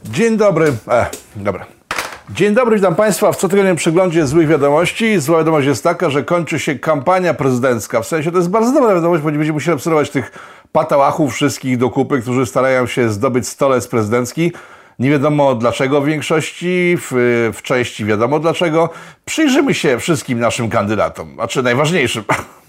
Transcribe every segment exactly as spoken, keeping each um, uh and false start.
Dzień dobry. E, dobra. Dzień dobry, witam Państwa w cotygodniowym przeglądzie złych wiadomości. Zła wiadomość jest taka, że kończy się kampania prezydencka. W sensie to jest bardzo dobra wiadomość, bo nie będziemy musieli obserwować tych patałachów wszystkich do kupy, którzy starają się zdobyć stolec prezydencki. Nie wiadomo dlaczego w większości, w, w części wiadomo dlaczego. Przyjrzymy się wszystkim naszym kandydatom, znaczy najważniejszym.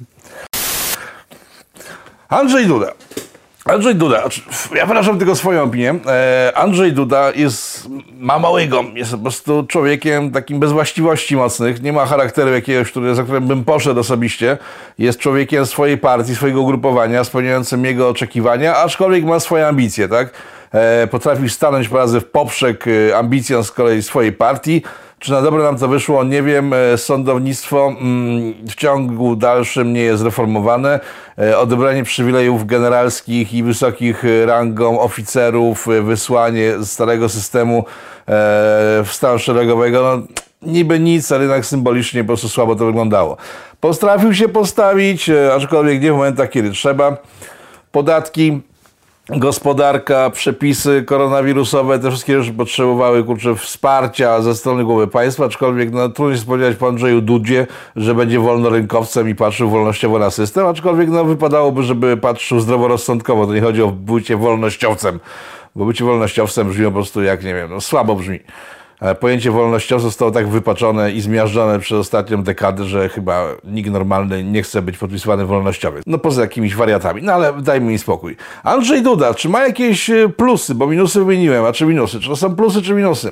Andrzej Duda. Andrzej Duda, ja wyrażam tylko swoją opinię. Andrzej Duda jest, ma małego, jest po prostu człowiekiem takim bez właściwości mocnych, nie ma charakteru jakiegoś, który, za którym bym poszedł osobiście. Jest człowiekiem swojej partii, swojego ugrupowania, spełniającym jego oczekiwania, aczkolwiek ma swoje ambicje, tak? Potrafił stanąć po razy w poprzek ambicjom z kolei swojej partii. Czy na dobre nam to wyszło? Nie wiem. Sądownictwo w ciągu dalszym nie jest reformowane. Odebranie przywilejów generalskich i wysokich rangą oficerów, wysłanie z starego systemu w stan szeregowego, no, niby nic, ale jednak symbolicznie po prostu słabo to wyglądało. Potrafił się postawić, aczkolwiek nie w momentach, kiedy trzeba. Podatki, gospodarka, przepisy koronawirusowe, te wszystkie rzeczy potrzebowały kurczę wsparcia ze strony głowy państwa, aczkolwiek no, trudno się spodziewać po Andrzeju Dudzie, że będzie wolnorynkowcem i patrzył wolnościowo na system, aczkolwiek no, wypadałoby, żeby patrzył zdroworozsądkowo. To nie chodzi o bycie wolnościowcem, bo bycie wolnościowcem brzmi po prostu jak, nie wiem, no, słabo brzmi. Pojęcie wolnościowca zostało tak wypaczone i zmiażdżone przez ostatnią dekadę, że chyba nikt normalny nie chce być podpisywany wolnościowy. No poza jakimiś wariatami. No ale dajmy mi spokój. Andrzej Duda, czy ma jakieś plusy? Bo minusy wymieniłem, a czy minusy? Czy to są plusy, czy minusy?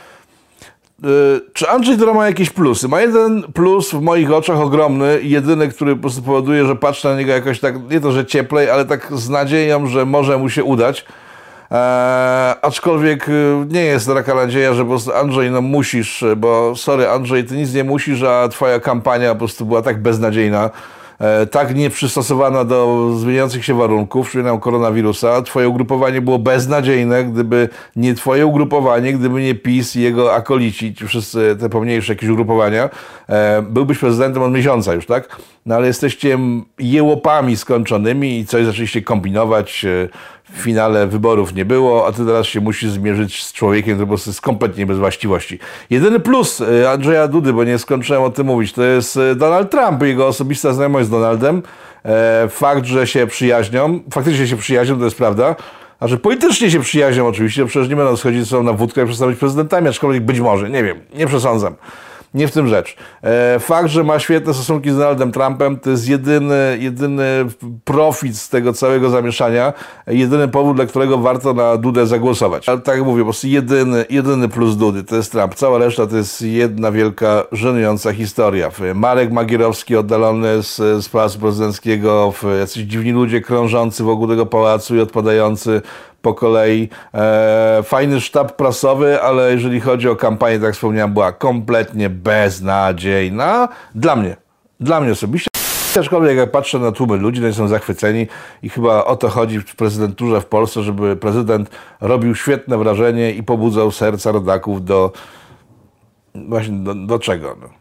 Yy, czy Andrzej Duda ma jakieś plusy? Ma jeden plus w moich oczach ogromny i jedyny, który po prostu powoduje, że patrzę na niego jakoś tak, nie to, że cieplej, ale tak z nadzieją, że może mu się udać. Eee, aczkolwiek nie jest taka nadzieja, że po prostu Andrzej, no musisz, bo sorry Andrzej, ty nic nie musisz, a twoja kampania po prostu była tak beznadziejna, e, tak nieprzystosowana do zmieniających się warunków, przypominam koronawirusa. Twoje ugrupowanie było beznadziejne, gdyby nie twoje ugrupowanie, gdyby nie PiS i jego akolici, ci wszyscy te pomniejsze jakieś ugrupowania, e, byłbyś prezydentem od miesiąca już, tak? No ale jesteście jełopami skończonymi i coś zaczęliście kombinować. W finale wyborów nie było, a ty teraz się musisz zmierzyć z człowiekiem, który po prostu jest kompletnie bez właściwości. Jedyny plus Andrzeja Dudy, bo nie skończyłem o tym mówić, to jest Donald Trump, jego osobista znajomość z Donaldem. Fakt, że się przyjaźnią, faktycznie się przyjaźnią, to jest prawda. A że politycznie się przyjaźnią oczywiście, przecież nie będą schodzić ze sobą na wódkę i przestać być prezydentami, aczkolwiek być może, nie wiem, nie przesądzam. Nie w tym rzecz. Fakt, że ma świetne stosunki z Donaldem Trumpem, to jest jedyny, jedyny profit z tego całego zamieszania, jedyny powód, dla którego warto na Dudę zagłosować. Ale tak jak mówię, po prostu jedyny, jedyny plus Dudy to jest Trump. Cała reszta to jest jedna wielka, żenująca historia. Marek Magierowski oddalony z, z Pałacu Prezydenckiego, jacyś dziwni ludzie krążący wokół tego pałacu i odpadający po kolei. E, fajny sztab prasowy, ale jeżeli chodzi o kampanię, tak jak wspomniałem, była kompletnie beznadziejna. Dla mnie. Dla mnie osobiście. Aczkolwiek jak patrzę na tłumy ludzi, to są zachwyceni i chyba o to chodzi w prezydenturze w Polsce, żeby prezydent robił świetne wrażenie i pobudzał serca rodaków do właśnie do, do czego? No.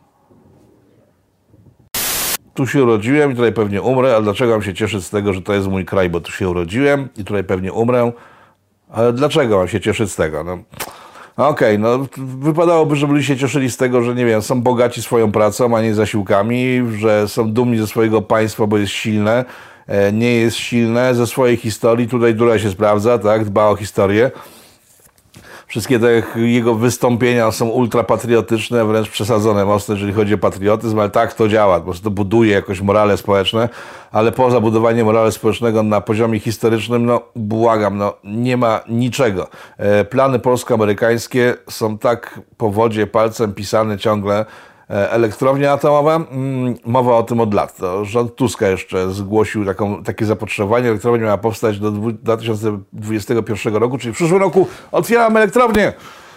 Tu się urodziłem i tutaj pewnie umrę, a dlaczego mam się cieszyć z tego, że to jest mój kraj, bo tu się urodziłem i tutaj pewnie umrę, ale dlaczego mam się cieszyć z tego? No, okej, okay, no wypadałoby, żeby ludzie się cieszyli z tego, że nie wiem, są bogaci swoją pracą, a nie zasiłkami, że są dumni ze swojego państwa, bo jest silne, nie jest silne, ze swojej historii, tutaj Duda się sprawdza, tak, dba o historię. Wszystkie te jego wystąpienia są ultrapatriotyczne, wręcz przesadzone mocno, jeżeli chodzi o patriotyzm, ale tak to działa, po prostu buduje jakoś morale społeczne, ale poza budowaniem morale społecznego na poziomie historycznym, no błagam, no nie ma niczego. Plany polsko-amerykańskie są tak po wodzie palcem pisane ciągle. Elektrownia atomowa, mowa o tym od lat. To rząd Tuska jeszcze zgłosił taką, takie zapotrzebowanie. Elektrownia miała powstać do dwa tysiące dwudziestego pierwszego roku, czyli w przyszłym roku otwieramy elektrownię.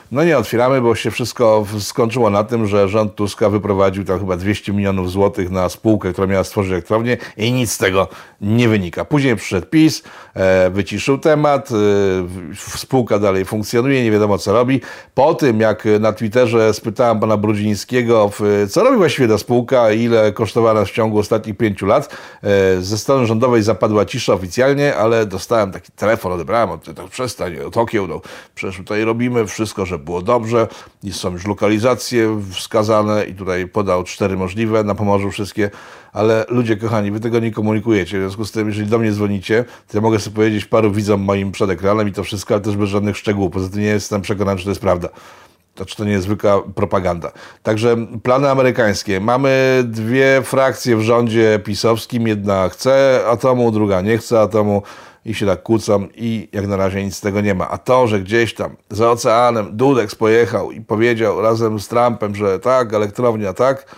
No nie otwieramy, bo się wszystko skończyło na tym, że rząd Tuska wyprowadził tam chyba dwieście milionów złotych na spółkę, która miała stworzyć elektrownię i nic z tego nie wynika. Później przyszedł PiS, e, wyciszył temat, e, spółka dalej funkcjonuje, nie wiadomo co robi. Po tym, jak na Twitterze spytałem pana Brudzińskiego, co robi właściwie ta spółka, ile kosztowała nas w ciągu ostatnich pięciu lat, e, ze strony rządowej zapadła cisza oficjalnie, ale dostałem taki telefon, odebrałem, ty tak przestań, Tokio, no, przecież tutaj robimy wszystko, żeby było dobrze i są już lokalizacje wskazane i tutaj podał cztery możliwe, na Pomorzu wszystkie, ale ludzie kochani, wy tego nie komunikujecie, w związku z tym, jeżeli do mnie dzwonicie, to ja mogę sobie powiedzieć paru widzom moim przed ekranem i to wszystko, ale też bez żadnych szczegółów, poza tym nie jestem przekonany, czy to jest prawda. To czy to nie jest zwykła propaganda. Także plany amerykańskie. Mamy dwie frakcje w rządzie pisowskim. Jedna chce atomu, druga nie chce atomu i się tak kłócą i jak na razie nic z tego nie ma. A to, że gdzieś tam za oceanem Dudek pojechał i powiedział razem z Trumpem, że tak, elektrownia tak,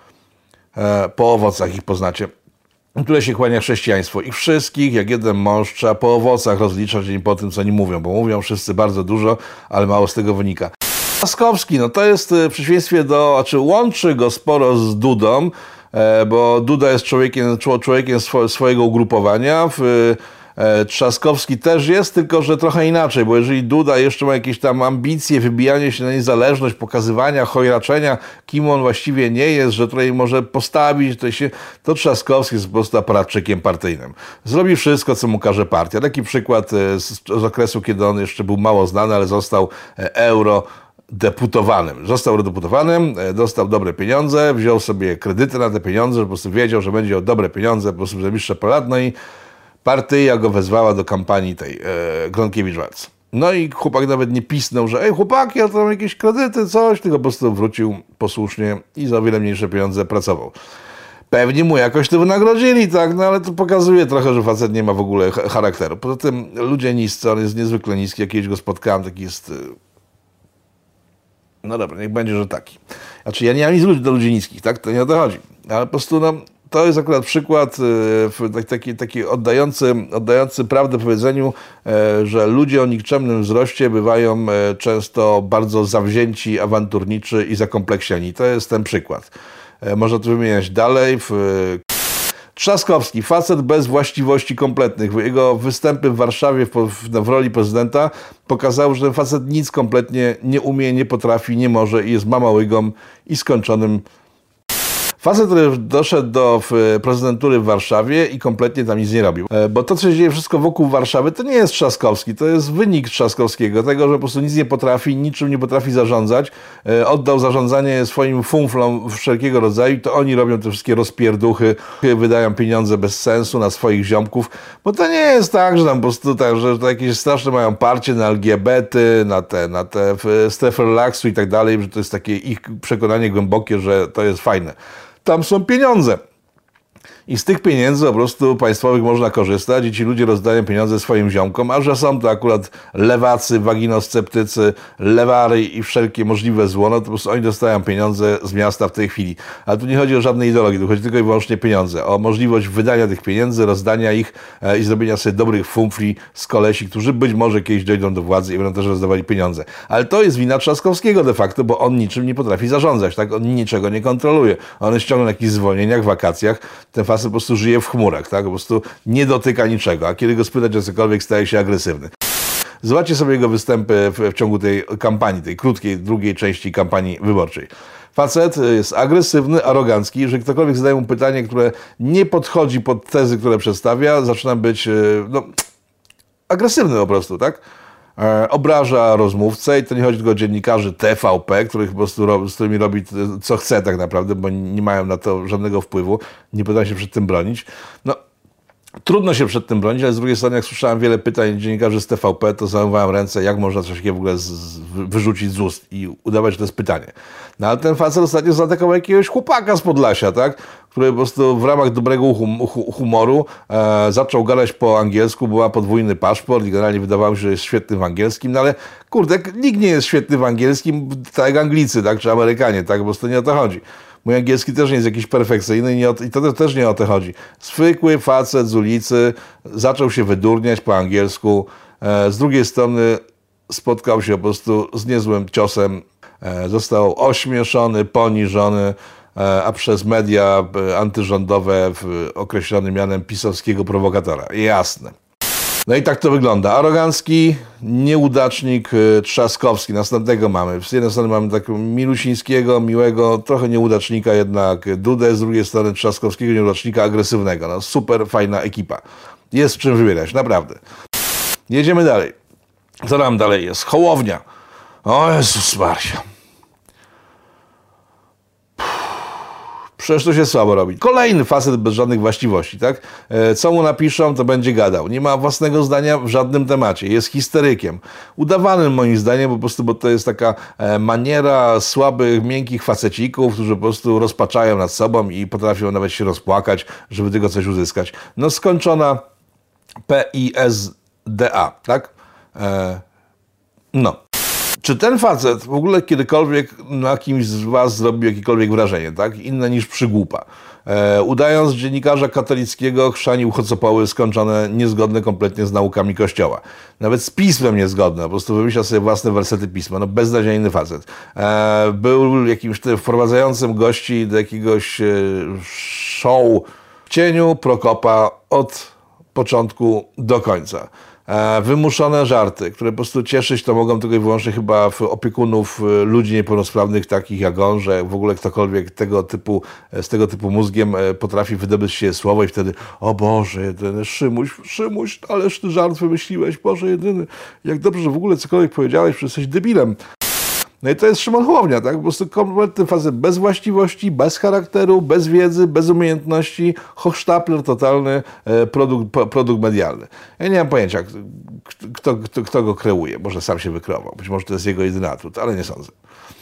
e, po owocach ich poznacie. Które się kłania chrześcijaństwo. Ich wszystkich, jak jeden mąż, trzeba po owocach rozliczać, nie po tym, co oni mówią, bo mówią wszyscy bardzo dużo, ale mało z tego wynika. Trzaskowski, no to jest w przeciwieństwie do, znaczy łączy go sporo z Dudą, bo Duda jest człowiekiem, człowiekiem swojego ugrupowania. Trzaskowski też jest, tylko że trochę inaczej, bo jeżeli Duda jeszcze ma jakieś tam ambicje, wybijanie się na niezależność, pokazywania, chojraczenia, kim on właściwie nie jest, że tutaj może postawić, to, się, to Trzaskowski jest po prostu aparatczykiem partyjnym. Zrobi wszystko, co mu każe partia. Taki przykład z, z okresu, kiedy on jeszcze był mało znany, ale został euro deputowanym. Został eurodeputowanym, dostał dobre pieniądze, wziął sobie kredyty na te pieniądze, że po prostu wiedział, że będzie miał dobre pieniądze po prostu za bliższe parę lat, no i partyja go wezwała do kampanii tej e, Gronkiewicz-Waltz. No i chłopak nawet nie pisnął, że ej chłopaki, ja to mam jakieś kredyty, coś, tylko po prostu wrócił posłusznie i za o wiele mniejsze pieniądze pracował. Pewnie mu jakoś to wynagrodzili, tak, no ale to pokazuje trochę, że facet nie ma w ogóle charakteru. Poza tym ludzie niscy, on jest niezwykle niski, jak kiedyś go spotkałem, taki jest... No dobra, niech będzie, że taki. Znaczy ja nie mam nic do ludzi niskich, tak? To nie o to chodzi. Ale po prostu no, to jest akurat przykład e, taki, taki oddający, oddający prawdę powiedzeniu, e, że ludzie o nikczemnym wzroście bywają e, często bardzo zawzięci, awanturniczy i zakompleksieni. To jest ten przykład. E, można to wymieniać dalej. W, Trzaskowski, facet bez właściwości kompletnych. Jego występy w Warszawie w, w, w roli prezydenta pokazały, że ten facet nic kompletnie nie umie, nie potrafi, nie może i jest mamałygą i skończonym. Facet, który doszedł do prezydentury w Warszawie i kompletnie tam nic nie robił. Bo to, co się dzieje wszystko wokół Warszawy, to nie jest Trzaskowski, to jest wynik Trzaskowskiego, tego, że po prostu nic nie potrafi, niczym nie potrafi zarządzać. Oddał zarządzanie swoim fumflom wszelkiego rodzaju, to oni robią te wszystkie rozpierduchy, wydają pieniądze bez sensu na swoich ziomków, bo to nie jest tak, że tam po prostu tak, że to jakieś straszne mają parcie na L G B T, na te, na te strefy relaksu i tak dalej, że to jest takie ich przekonanie głębokie, że to jest fajne. Tam są pieniądze. I z tych pieniędzy po prostu państwowych można korzystać i ci ludzie rozdają pieniądze swoim ziomkom, a że są to akurat lewacy, waginosceptycy, lewary i wszelkie możliwe zło, no to po prostu oni dostają pieniądze z miasta w tej chwili. Ale tu nie chodzi o żadne ideologii, tu chodzi tylko i wyłącznie o pieniądze, o możliwość wydania tych pieniędzy, rozdania ich e, i zrobienia sobie dobrych fumfli z kolesi, którzy być może kiedyś dojdą do władzy i będą też rozdawali pieniądze. Ale to jest wina Trzaskowskiego de facto, bo on niczym nie potrafi zarządzać, tak? On niczego nie kontroluje. On jest ciągle na jakichś zwolnieniach, wakacjach, ten facet po prostu żyje w chmurach, tak? Po prostu nie dotyka niczego, a kiedy go spytać o cokolwiek, staje się agresywny. Zobaczcie sobie jego występy w, w ciągu tej kampanii, tej krótkiej, drugiej części kampanii wyborczej. Facet jest agresywny, arogancki. Jeżeli ktokolwiek zadaje mu pytanie, które nie podchodzi pod tezy, które przedstawia, zaczyna być no, agresywny po prostu, tak? E, obraża rozmówcę i to nie chodzi tylko o dziennikarzy T V P, których po prostu, z którymi robi co chce tak naprawdę, bo nie mają na to żadnego wpływu, nie potrafią się przed tym bronić. No, trudno się przed tym bronić, ale z drugiej strony, jak słyszałem wiele pytań dziennikarzy z T V P, to załamywałem ręce, jak można coś takiego w ogóle z, z, wyrzucić z ust i udawać, że to jest pytanie. No ale ten facet ostatnio zaatakował jakiegoś chłopaka z Podlasia, tak? Który po prostu w ramach dobrego hum, humoru e, zaczął gadać po angielsku, była podwójny paszport i generalnie wydawało się, że jest świetny w angielskim, no ale kurde, nikt nie jest świetny w angielskim, tak jak Anglicy, tak? Czy Amerykanie, tak? Po prostu nie o to chodzi. Mój angielski też nie jest jakiś perfekcyjny i, nie o, i to też nie o to chodzi. Zwykły facet z ulicy zaczął się wydurniać po angielsku. E, z drugiej strony spotkał się po prostu z niezłym ciosem. Został ośmieszony, poniżony, a przez media antyrządowe określony mianem pisowskiego prowokatora. Jasne. No i tak to wygląda. Arogancki nieudacznik Trzaskowski. Następnego mamy. Z jednej strony mamy takiego milusińskiego, miłego, trochę nieudacznika jednak Dudę, z drugiej strony Trzaskowskiego, nieudacznika agresywnego. No super fajna ekipa. Jest w czym wybierać, naprawdę. Jedziemy dalej. Co nam dalej jest? Hołownia. O Jezus Maria. Przecież to się słabo robi. Kolejny facet bez żadnych właściwości, tak? Co mu napiszą, to będzie gadał. Nie ma własnego zdania w żadnym temacie. Jest histerykiem. Udawanym moim zdaniem, po prostu, bo to jest taka maniera słabych, miękkich facecików, którzy po prostu rozpaczają nad sobą i potrafią nawet się rozpłakać, żeby tylko coś uzyskać. No skończona P I S D A, tak? E, no. Czy ten facet w ogóle kiedykolwiek na kimś z was zrobił jakiekolwiek wrażenie, tak? Inne niż przygłupa. E, udając dziennikarza katolickiego, chrzanił chocopoły skończone, niezgodne kompletnie z naukami Kościoła. Nawet z pismem niezgodne, po prostu wymyślał sobie własne wersety pisma. No beznadziejny facet. E, był jakimś tym wprowadzającym gości do jakiegoś e, show w cieniu Prokopa od początku do końca. Wymuszone żarty, które po prostu cieszyć to mogą tylko i wyłącznie chyba opiekunów ludzi niepełnosprawnych takich jak on, że w ogóle ktokolwiek tego typu, z tego typu mózgiem potrafi wydobyć się słowo i wtedy o Boże jedyny, Szymuś, Szymuś, ależ ty żart wymyśliłeś, Boże jedyny, jak dobrze, że w ogóle cokolwiek powiedziałeś, że jesteś debilem. No i to jest Szymon Hołownia, tak? Po prostu kompletny facet bez właściwości, bez charakteru, bez wiedzy, bez umiejętności, hochsztapler totalny, produkt, produkt medialny. Ja nie mam pojęcia, kto, kto, kto go kreuje. Może sam się wykreował. Być może to jest jego jedyny atut, ale nie sądzę.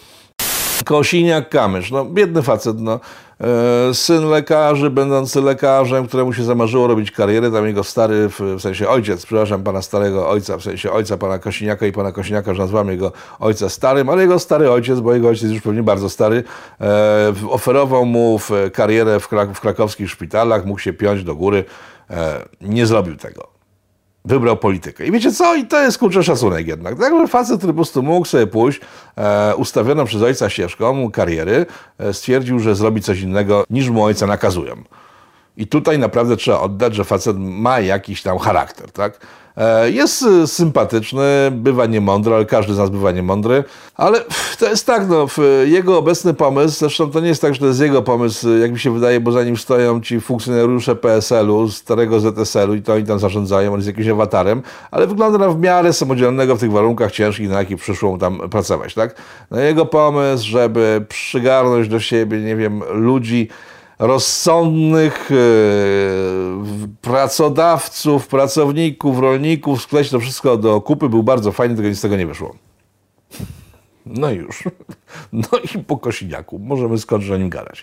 Kosiniak-Kamysz, no biedny facet, no. E, syn lekarzy, będący lekarzem, któremu się zamarzyło robić karierę, tam jego stary, w, w sensie ojciec, przepraszam, pana starego ojca, w sensie ojca pana Kosiniaka i pana Kosiniaka, że nazywamy jego ojca starym, ale jego stary ojciec, bo jego ojciec już pewnie bardzo stary, e, oferował mu w karierę w, krak w krakowskich szpitalach, mógł się piąć do góry, e, nie zrobił tego. Wybrał politykę. I wiecie co? I to jest, kurczę, szacunek jednak. Także facet, który po prostu mógł sobie pójść e, ustawioną przez ojca ścieżką kariery, e, stwierdził, że zrobi coś innego, niż mu ojca nakazują. I tutaj naprawdę trzeba oddać, że facet ma jakiś tam charakter, tak? E, jest sympatyczny, bywa niemądry, ale każdy z nas bywa niemądry. Ale to jest tak, no, jego obecny pomysł, zresztą to nie jest tak, że to jest jego pomysł, jak mi się wydaje, bo za nim stoją ci funkcjonariusze P S L-u, starego Z S L-u i to oni tam zarządzają, on jest jakimś awatarem, ale wygląda na w miarę samodzielnego w tych warunkach ciężkich, na jakich przyszło mu tam pracować, tak? No jego pomysł, żeby przygarnąć do siebie, nie wiem, ludzi rozsądnych yy, pracodawców, pracowników, rolników, skleć to wszystko do kupy, był bardzo fajny, tylko nic z tego nie wyszło. No i już. No i po Kosiniaku. Możemy skończyć o nim gadać.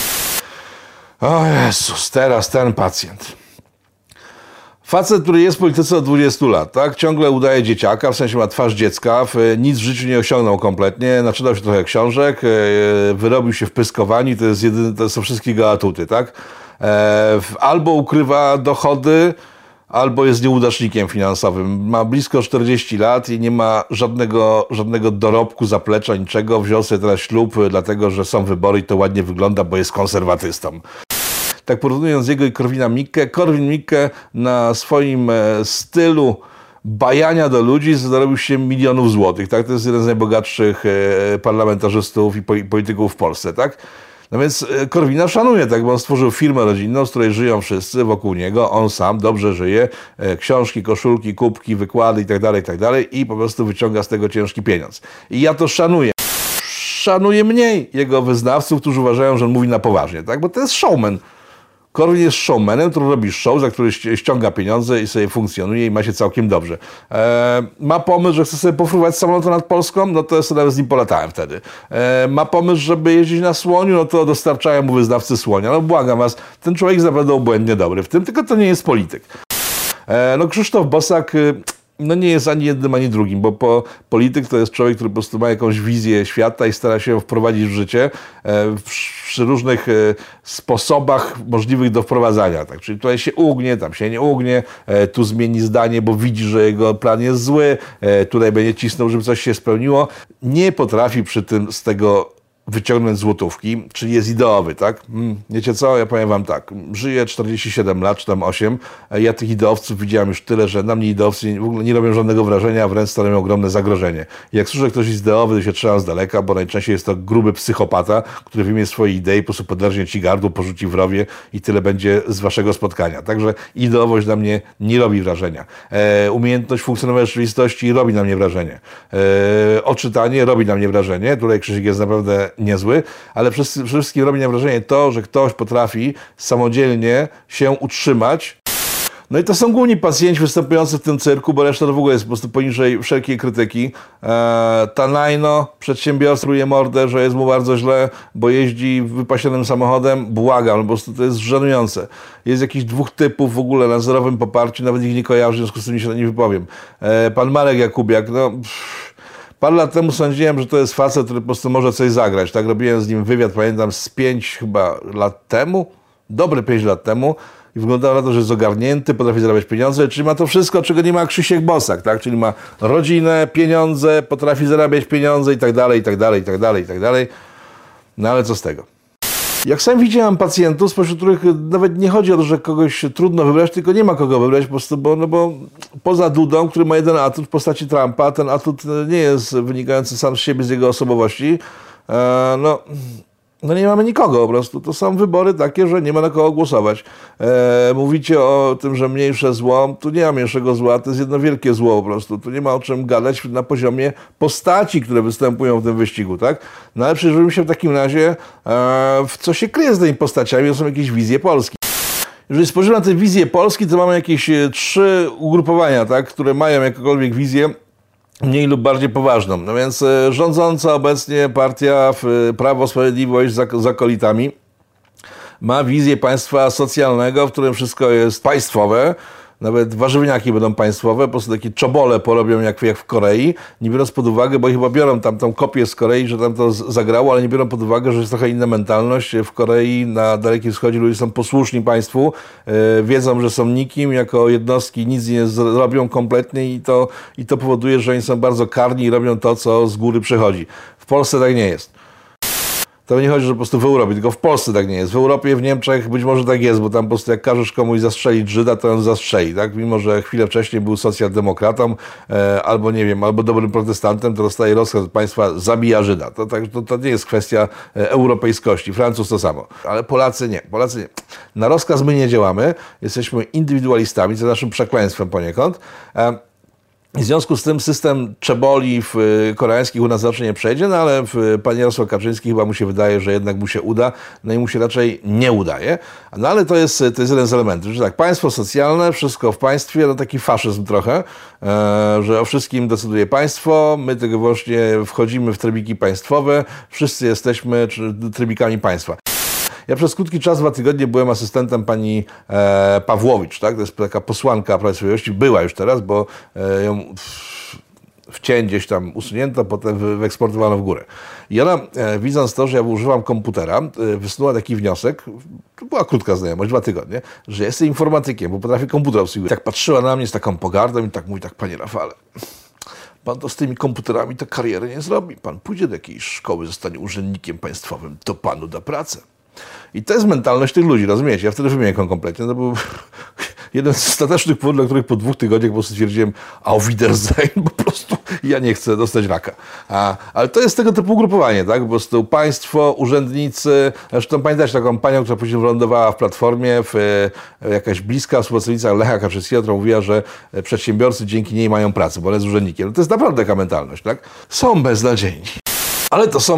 O Jezus, teraz ten pacjent. Facet, który jest w polityce od dwudziestu lat, tak? Ciągle udaje dzieciaka, w sensie ma twarz dziecka, nic w życiu nie osiągnął kompletnie, naczytał się trochę książek, wyrobił się w pyskowaniu, to, jest jedyny, to są wszystkie jego atuty, tak? Albo ukrywa dochody, albo jest nieudacznikiem finansowym. Ma blisko czterdzieści lat i nie ma żadnego, żadnego dorobku, zaplecza, niczego. Wziął sobie teraz ślub, dlatego że są wybory i to ładnie wygląda, bo jest konserwatystą. Tak porównując jego i Korwina-Mikke, Korwin-Mikke na swoim stylu bajania do ludzi zarobił się milionów złotych. Tak? To jest jeden z najbogatszych parlamentarzystów i polityków w Polsce. Tak? No więc Korwina szanuje, tak? Bo on stworzył firmę rodzinną, z której żyją wszyscy wokół niego. On sam dobrze żyje. Książki, koszulki, kubki, wykłady itd., itd. I po prostu wyciąga z tego ciężki pieniądz. I ja to szanuję. Szanuję mniej jego wyznawców, którzy uważają, że on mówi na poważnie. Tak? Bo to jest showman. Korwin jest showmanem, który robi show, za który ściąga pieniądze i sobie funkcjonuje i ma się całkiem dobrze. E, ma pomysł, że chce sobie pofruwać samolotem nad Polską, no to ja sobie nawet z nim polatałem wtedy. E, ma pomysł, żeby jeździć na słoniu, no to dostarczają mu wyznawcy słonia. No błagam was, ten człowiek jest naprawdę obłędnie dobry w tym, tylko to nie jest polityk. E, no Krzysztof Bosak... no nie jest ani jednym, ani drugim, bo po, polityk to jest człowiek, który po prostu ma jakąś wizję świata i stara się ją wprowadzić w życie e, przy różnych e, sposobach możliwych do wprowadzania. Tak? Czyli tutaj się ugnie, tam się nie ugnie, e, tu zmieni zdanie, bo widzi, że jego plan jest zły, e, tutaj będzie cisnął, żeby coś się spełniło. Nie potrafi przy tym z tego wyciągnąć złotówki, czyli jest ideowy, tak? Hmm, wiecie co? Ja powiem wam tak. Żyję czterdzieści siedem lat, czy tam osiem. Ja tych ideowców widziałem już tyle, że na mnie ideowcy w ogóle nie robią żadnego wrażenia, a wręcz stanowią ogromne zagrożenie. Jak słyszę, że ktoś jest ideowy, to się trzymam z daleka, bo najczęściej jest to gruby psychopata, który w imię swojej idei po prostu poderżnie ci gardło, porzuci w rowie i tyle będzie z waszego spotkania. Także ideowość na mnie nie robi wrażenia. E, umiejętność funkcjonowania w rzeczywistości robi na mnie wrażenie. E, odczytanie robi na mnie wrażenie. Tutaj Krzysiek jest naprawdę niezły, ale przede wszystkim robi na wrażenie to, że ktoś potrafi samodzielnie się utrzymać. No i to są główni pacjenci występujący w tym cyrku, bo reszta to w ogóle jest po prostu poniżej wszelkiej krytyki. Eee, Tanajno, przedsiębiorca, ruje mordę, że jest mu bardzo źle, bo jeździ wypasionym samochodem. Błagam, po prostu to jest żenujące. Jest jakichś dwóch typów w ogóle na zerowym poparciu, nawet ich nie kojarzę, w związku z tym się na nie wypowiem. Eee, pan Marek Jakubiak, no... Pff. Parę lat temu sądziłem, że to jest facet, który po prostu może coś zagrać. Tak, robiłem z nim wywiad, pamiętam, z pięć chyba lat temu, dobre pięć lat temu i wyglądało na to, że jest ogarnięty, potrafi zarabiać pieniądze, czyli ma to wszystko, czego nie ma Krzysiek Bosak, tak, czyli ma rodzinę, pieniądze, potrafi zarabiać pieniądze i tak dalej, i tak dalej, i tak dalej, i tak dalej. No ale co z tego? Jak sam widziałem pacjentów, spośród których nawet nie chodzi o to, że kogoś trudno wybrać, tylko nie ma kogo wybrać, po prostu, bo, no bo poza Dudą, który ma jeden atut w postaci Trumpa, ten atut nie jest wynikający sam z siebie, z jego osobowości, e, no... No nie mamy nikogo po prostu. To są wybory takie, że nie ma na kogo głosować. E, mówicie o tym, że mniejsze zło. Tu nie ma mniejszego zła, to jest jedno wielkie zło po prostu. Tu nie ma o czym gadać na poziomie postaci, które występują w tym wyścigu, tak? No ale przyjrzyjmy się w takim razie, e, w co się kryje z tymi postaciami, to są jakieś wizje Polski. Jeżeli spojrzymy na tę wizję Polski, to mamy jakieś trzy ugrupowania, tak, które mają jakąkolwiek wizję, mniej lub bardziej poważną. No więc e, rządząca obecnie partia w Prawo Sprawiedliwość z zakolitami ma wizję państwa socjalnego, w którym wszystko jest państwowe. Nawet warzywniaki będą państwowe, po prostu takie czobole porobią jak, jak w Korei, nie biorąc pod uwagę, bo chyba biorą tam tą kopię z Korei, że tam to zagrało, ale nie biorą pod uwagę, że jest trochę inna mentalność. W Korei, na Dalekim Wschodzie ludzie są posłuszni państwu, yy, wiedzą, że są nikim, jako jednostki nic nie zrobią kompletnie i to, i to powoduje, że oni są bardzo karni i robią to, co z góry przychodzi. W Polsce tak nie jest. To nie chodzi, że po prostu w Europie, tylko w Polsce tak nie jest. W Europie, w Niemczech być może tak jest, bo tam po prostu jak każesz komuś zastrzelić Żyda, to on zastrzeli, tak? Mimo że chwilę wcześniej był socjaldemokratą, e, albo nie wiem, albo dobrym protestantem, to dostaje rozkaz od państwa, zabija Żyda. To, tak, to, to nie jest kwestia e, europejskości. Francuz to samo. Ale Polacy nie. Polacy nie. Na rozkaz my nie działamy. Jesteśmy indywidualistami, co naszym przekleństwem poniekąd. E, W związku z tym system czeboli w koreańskich u nas raczej nie przejdzie, no ale w pan Jarosław Kaczyński chyba mu się wydaje, że jednak mu się uda, no i mu się raczej nie udaje. No ale to jest, to jest jeden z elementów, że tak, państwo socjalne, wszystko w państwie, no taki faszyzm trochę, e, że o wszystkim decyduje państwo, my tylko właśnie wchodzimy w trybiki państwowe, wszyscy jesteśmy trybikami państwa. Ja przez krótki czas, dwa tygodnie byłem asystentem pani e, Pawłowicz, tak? To jest taka posłanka Prawa i Sprawiedliwości, była już teraz, bo e, ją w, w cień gdzieś tam usunięto, potem wyeksportowano w górę. I ona, e, widząc to, że ja używam komputera, e, wysnuła taki wniosek, to była krótka znajomość, dwa tygodnie, że jestem informatykiem, bo potrafię komputer obsługiwać. Tak patrzyła na mnie z taką pogardą i tak mówi, tak, panie Rafale, pan to z tymi komputerami to kariery nie zrobi. Pan pójdzie do jakiejś szkoły, zostanie urzędnikiem państwowym, to panu da pracę. I to jest mentalność tych ludzi, rozumiecie? Ja wtedy wymieniam kompletnie. To był jeden z ostatecznych powodów, dla których po dwóch tygodniach po prostu stwierdziłem, auf Wiedersehen, po prostu ja nie chcę dostać raka. A, ale to jest tego typu ugrupowanie, tak? Po prostu państwo, urzędnicy, zresztą pamiętacie taką panią, która później wylądowała w Platformie, w, w jakaś bliska współpracownica Lecha Kaczyńskiego, która mówiła, że przedsiębiorcy dzięki niej mają pracę, bo ona jest urzędnikiem. No to jest naprawdę taka mentalność, tak? Są beznadziejni. Ale to są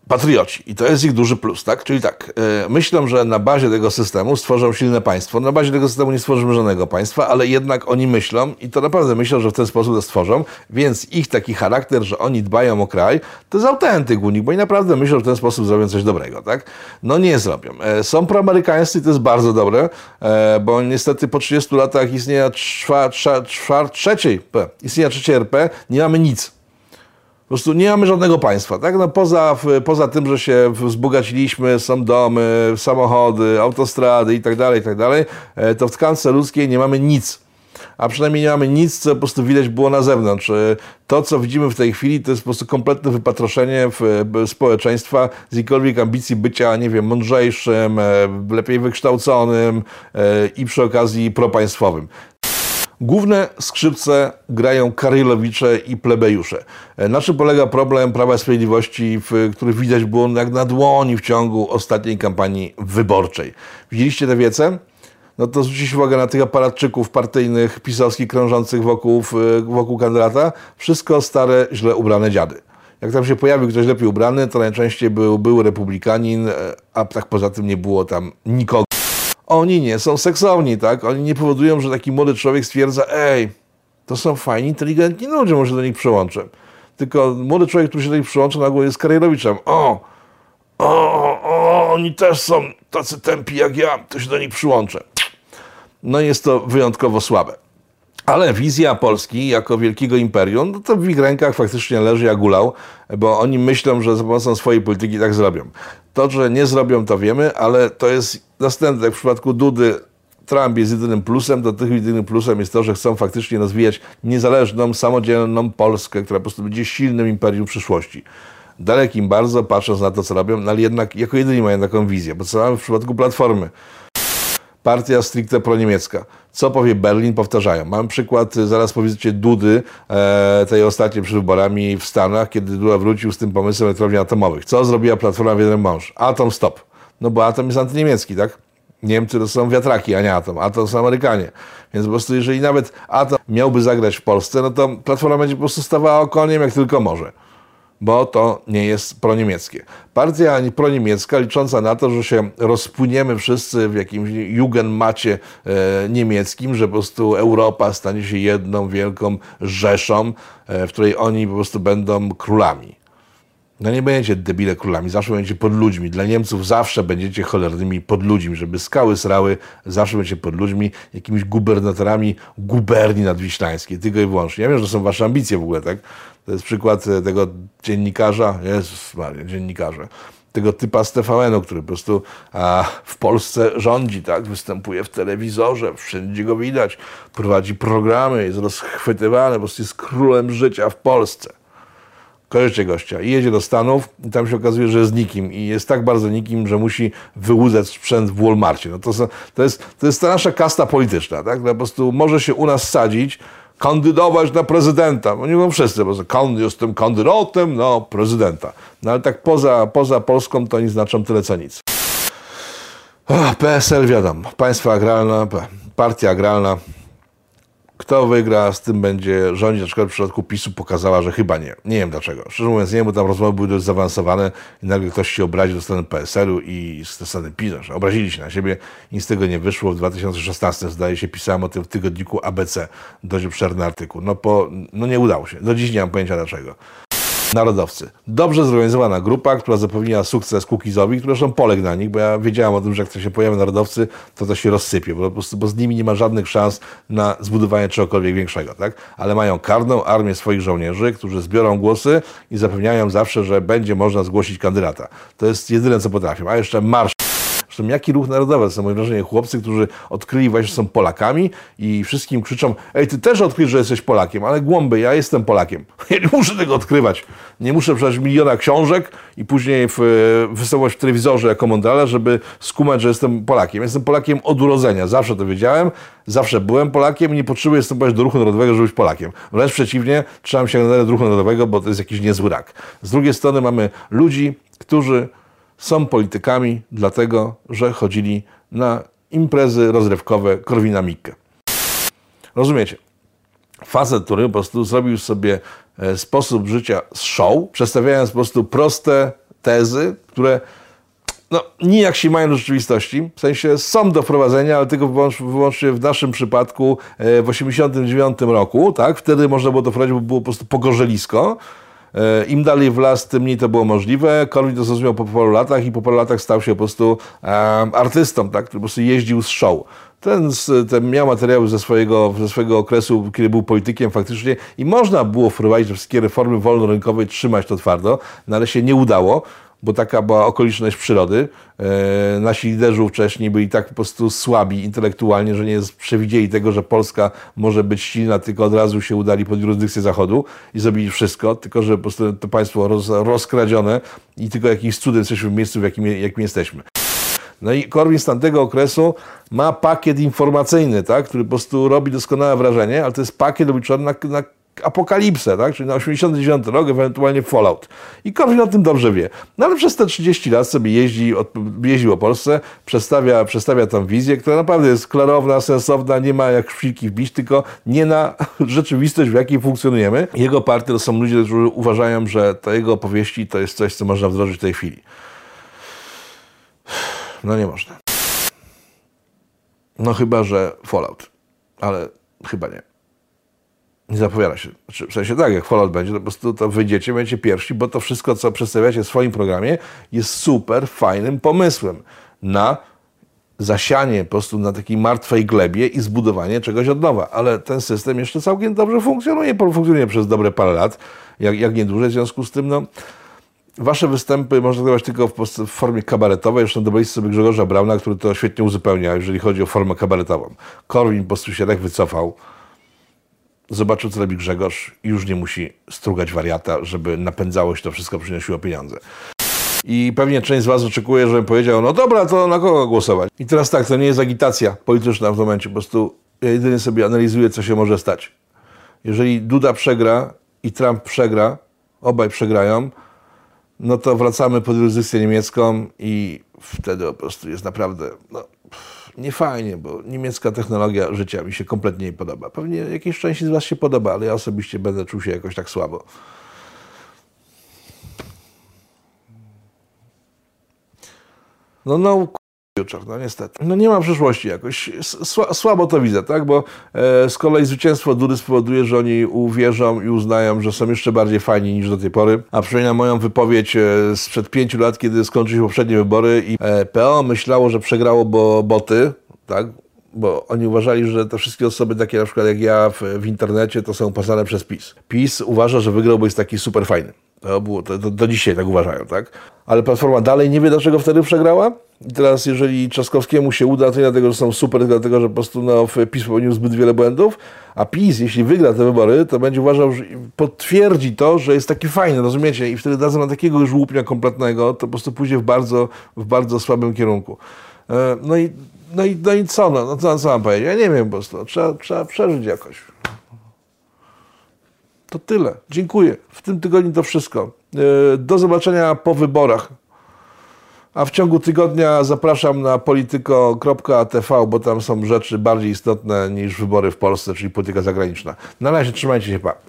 patrioci. I to jest ich duży plus, tak? Czyli tak, yy, myślę, że na bazie tego systemu stworzą silne państwo. Na bazie tego systemu nie stworzymy żadnego państwa, ale jednak oni myślą i to naprawdę myślą, że w ten sposób to stworzą, więc ich taki charakter, że oni dbają o kraj, to jest autentyk u nich, bo oni naprawdę myślą, że w ten sposób zrobią coś dobrego, tak? No nie zrobią. Yy, są proamerykańscy i to jest bardzo dobre, yy, bo niestety po trzydziestu latach istnienia czwa, czwa, czwa, trzeciej, istnienia trzeciej R P nie mamy nic. Po prostu nie mamy żadnego państwa, tak? No poza, poza tym, że się wzbogaciliśmy, są domy, samochody, autostrady i tak dalej, i tak dalej, to w tkance ludzkiej nie mamy nic. A przynajmniej nie mamy nic, co po prostu widać było na zewnątrz. To, co widzimy w tej chwili, to jest po prostu kompletne wypatroszenie społeczeństwa z jakiejkolwiek ambicji bycia, nie wiem, mądrzejszym, lepiej wykształconym i przy okazji propaństwowym. Główne skrzypce grają Karylowicze i plebejusze. Na czym polega problem Prawa i Sprawiedliwości, w, który widać było jak na dłoni w ciągu ostatniej kampanii wyborczej. Widzieliście te wiece? No to zwróćcie uwagę na tych aparatczyków partyjnych, pisowskich, krążących wokół, wokół kandydata. Wszystko stare, źle ubrane dziady. Jak tam się pojawił ktoś lepiej ubrany, to najczęściej był, był republikanin, a tak poza tym nie było tam nikogo. Oni nie są seksowni, tak? Oni nie powodują, że taki młody człowiek stwierdza, ej, to są fajni, inteligentni ludzie, może do nich przyłączę. Tylko młody człowiek, który się do nich przyłącza, nagle jest Karylowiczem. O, o, o, oni też są tacy tępi jak ja, to się do nich przyłączę. No jest to wyjątkowo słabe. Ale wizja Polski jako wielkiego imperium, no to w ich rękach faktycznie leży jak ulał, bo oni myślą, że za pomocą swojej polityki tak zrobią. To, że nie zrobią, to wiemy, ale to jest następne. Jak w przypadku Dudy Trump jest jedynym plusem, to tym jedynym plusem jest to, że chcą faktycznie rozwijać niezależną, samodzielną Polskę, która po prostu będzie silnym imperium przyszłości. Dalekim bardzo, patrząc na to, co robią, no ale jednak jako jedyni mają taką wizję, bo co mamy w przypadku Platformy? Partia stricte proniemiecka. Co powie Berlin, powtarzają. Mam przykład zaraz po wizycie Dudy, e, tej ostatniej przed wyborami w Stanach, kiedy Duda wrócił z tym pomysłem elektrowni atomowych. Co zrobiła Platforma w jeden mąż? Atom stop. No bo atom jest antyniemiecki, tak? Niemcy to są wiatraki, a nie atom. Atom to są Amerykanie. Więc po prostu jeżeli nawet atom miałby zagrać w Polsce, no to Platforma będzie po prostu stawała okoniem jak tylko może. Bo to nie jest proniemieckie. Partia proniemiecka licząca na to, że się rozpłyniemy wszyscy w jakimś jugendmacie e, niemieckim, że po prostu Europa stanie się jedną wielką rzeszą, e, w której oni po prostu będą królami. No nie będziecie debile królami, zawsze będziecie pod ludźmi. Dla Niemców zawsze będziecie cholernymi pod ludźmi, żeby skały srały, zawsze będziecie pod ludźmi, jakimiś gubernatorami guberni nadwiślańskiej, tylko i wyłącznie. Ja wiem, że to są wasze ambicje w ogóle, tak? To jest przykład tego dziennikarza, Jezus Maria, dziennikarza, tego typa z T V N-u, który po prostu a, w Polsce rządzi, tak? Występuje w telewizorze, wszędzie go widać, prowadzi programy, jest rozchwytywany, po prostu jest królem życia w Polsce. Kojarzycie gościa i jedzie do Stanów i tam się okazuje, że jest nikim i jest tak bardzo nikim, że musi wyłudzać sprzęt w Walmarcie. No to, są, to, jest, to jest ta nasza kasta polityczna, tak? Po prostu może się u nas sadzić, kandydować na prezydenta. Oni mówią wszyscy, bo jestem kandydatem na prezydenta. No ale tak poza, poza Polską to oni znaczą tyle co nic. Oh, P S L wiadomo, państwo agrarne, partia agrarna. Kto wygra, z tym będzie rządzić. Na przykład w przypadku PiSu pokazała, że chyba nie. Nie wiem dlaczego. Szczerze mówiąc nie, bo tam rozmowy były dość zaawansowane i nagle ktoś się obraził do strony P S L-u i z strony PiSu. Obrazili się na siebie. Nic z tego nie wyszło. W dwa tysiące szesnastym zdaje się pisałem o tym w tygodniku A B C. Dość obszerny artykuł. No, po, no nie udało się. Do dziś nie mam pojęcia dlaczego. Narodowcy. Dobrze zorganizowana grupa, która zapewniła sukces Kukizowi, który zresztą poległ na nich, bo ja wiedziałem o tym, że jak to się pojawią narodowcy, to to się rozsypie, bo, po prostu, bo z nimi nie ma żadnych szans na zbudowanie czegokolwiek większego, tak? Ale mają karną armię swoich żołnierzy, którzy zbiorą głosy i zapewniają zawsze, że będzie można zgłosić kandydata. To jest jedyne, co potrafią. A jeszcze marsz. Zresztą jaki ruch narodowy? To są moje wrażenie chłopcy, którzy odkryli właśnie, że są Polakami i wszystkim krzyczą, ej, ty też odkryj, że jesteś Polakiem, ale głąby, ja jestem Polakiem. Ja nie muszę tego odkrywać. Nie muszę przejść miliona książek i później w, wysyłać w telewizorze jako mądrala, żeby skumać, że jestem Polakiem. Jestem Polakiem od urodzenia. Zawsze to wiedziałem, zawsze byłem Polakiem i nie potrzebuję wstępować do ruchu narodowego, żeby być Polakiem. Wręcz przeciwnie, trzeba się do ruchu narodowego, bo to jest jakiś niezły rak. Z drugiej strony mamy ludzi, którzy są politykami dlatego, że chodzili na imprezy rozrywkowe Korwina-Mikke. Rozumiecie? Facet, który po prostu zrobił sobie sposób życia z show, przedstawiając po prostu proste, tezy, które no, nijak się mają do rzeczywistości, w sensie są do wprowadzenia, ale tylko wyłącznie w naszym przypadku w osiemdziesiątym dziewiątym roku, tak? Wtedy można było to wprowadzić, bo było po prostu pogorzelisko. Im dalej w las, tym mniej to było możliwe. Korwin to zrozumiał po paru latach i po paru latach stał się po prostu um, artystą, tak? Który po prostu jeździł z show. Ten, ten miał materiały ze swojego, ze swojego okresu, kiedy był politykiem faktycznie i można było wprowadzić te wszystkie reformy wolnorynkowe i trzymać to twardo, no ale się nie udało, bo taka była okoliczność przyrody. E, nasi liderzy wcześniej byli tak po prostu słabi intelektualnie, że nie przewidzieli tego, że Polska może być silna, tylko od razu się udali pod jurysdykcję Zachodu i zrobili wszystko, tylko że po prostu to państwo roz, rozkradzione i tylko jakimś cudem jesteśmy w miejscu, w jakim, jakim jesteśmy. No i Korwin z tamtego okresu ma pakiet informacyjny, tak, który po prostu robi doskonałe wrażenie, ale to jest pakiet obliczony na, na apokalipsę, tak, czyli na osiemdziesiąty dziewiąty rok, ewentualnie Fallout. I Korwin o tym dobrze wie. No ale przez te trzydzieści lat sobie jeździ, od, jeździł po Polsce, przedstawia, przedstawia tam wizję, która naprawdę jest klarowna, sensowna, nie ma jak szpilki wbić, tylko nie na rzeczywistość, w jakiej funkcjonujemy. Jego partia to są ludzie, którzy uważają, że to jego opowieści to jest coś, co można wdrożyć w tej chwili. No nie można. No chyba, że Fallout. Ale chyba nie. Nie zapowiada się. Znaczy, w sensie tak, jak Fallout będzie, to po prostu to wyjdziecie, będziecie pierwsi, bo to wszystko, co przedstawiacie w swoim programie, jest super fajnym pomysłem na zasianie po prostu na takiej martwej glebie i zbudowanie czegoś od nowa. Ale ten system jeszcze całkiem dobrze funkcjonuje. Funkcjonuje przez dobre parę lat, jak, jak nie dłużej. W związku z tym, no, wasze występy można nagrywać tylko w, w formie kabaretowej. Zresztą dobraliście sobie Grzegorza Brauna, który to świetnie uzupełnia, jeżeli chodzi o formę kabaretową. Korwin po prostu się tak wycofał. Zobaczył, co robi Grzegorz i już nie musi strugać wariata, żeby napędzało się to wszystko, przynosiło pieniądze. I pewnie część z was oczekuje, żebym powiedział, no dobra, to na kogo głosować? I teraz tak, to nie jest agitacja polityczna w tym momencie, po prostu ja jedynie sobie analizuję, co się może stać. Jeżeli Duda przegra i Trump przegra, obaj przegrają, no to wracamy pod jurysdykcję niemiecką i wtedy po prostu jest naprawdę no, nie fajnie, bo niemiecka technologia życia mi się kompletnie nie podoba. Pewnie jakiejś części z was się podoba, ale ja osobiście będę czuł się jakoś tak słabo. No, no, future, no niestety. No nie ma przyszłości jakoś. Sła, słabo to widzę, tak? Bo e, z kolei zwycięstwo Dudy spowoduje, że oni uwierzą i uznają, że są jeszcze bardziej fajni niż do tej pory. A przynajmniej moją wypowiedź e, sprzed pięciu lat, kiedy skończyły się poprzednie wybory i e, P O myślało, że przegrało, bo boty, tak? Bo oni uważali, że te wszystkie osoby takie na przykład jak ja w, w internecie to są opasane przez PiS. PiS uważa, że wygrał, bo jest taki super fajny. To było, to, to, do dzisiaj tak uważają, tak? Ale Platforma dalej nie wie, dlaczego wtedy przegrała. I teraz, jeżeli Trzaskowskiemu się uda, to nie dlatego, że są super, tylko dlatego, że po prostu no, PiS popełnił zbyt wiele błędów, a PiS, jeśli wygra te wybory, to będzie uważał, że potwierdzi to, że jest taki fajny, rozumiecie? I wtedy dadzą na takiego już łupnia kompletnego, to po prostu pójdzie w bardzo, w bardzo słabym kierunku. No i, no i, no i co? No, no co, co mam powiedzieć? Ja nie wiem po prostu. Trzeba, trzeba przeżyć jakoś. To tyle. Dziękuję. W tym tygodniu to wszystko. Do zobaczenia po wyborach. A w ciągu tygodnia zapraszam na polityko kropka t v, bo tam są rzeczy bardziej istotne niż wybory w Polsce, czyli polityka zagraniczna. Na razie trzymajcie się, pa.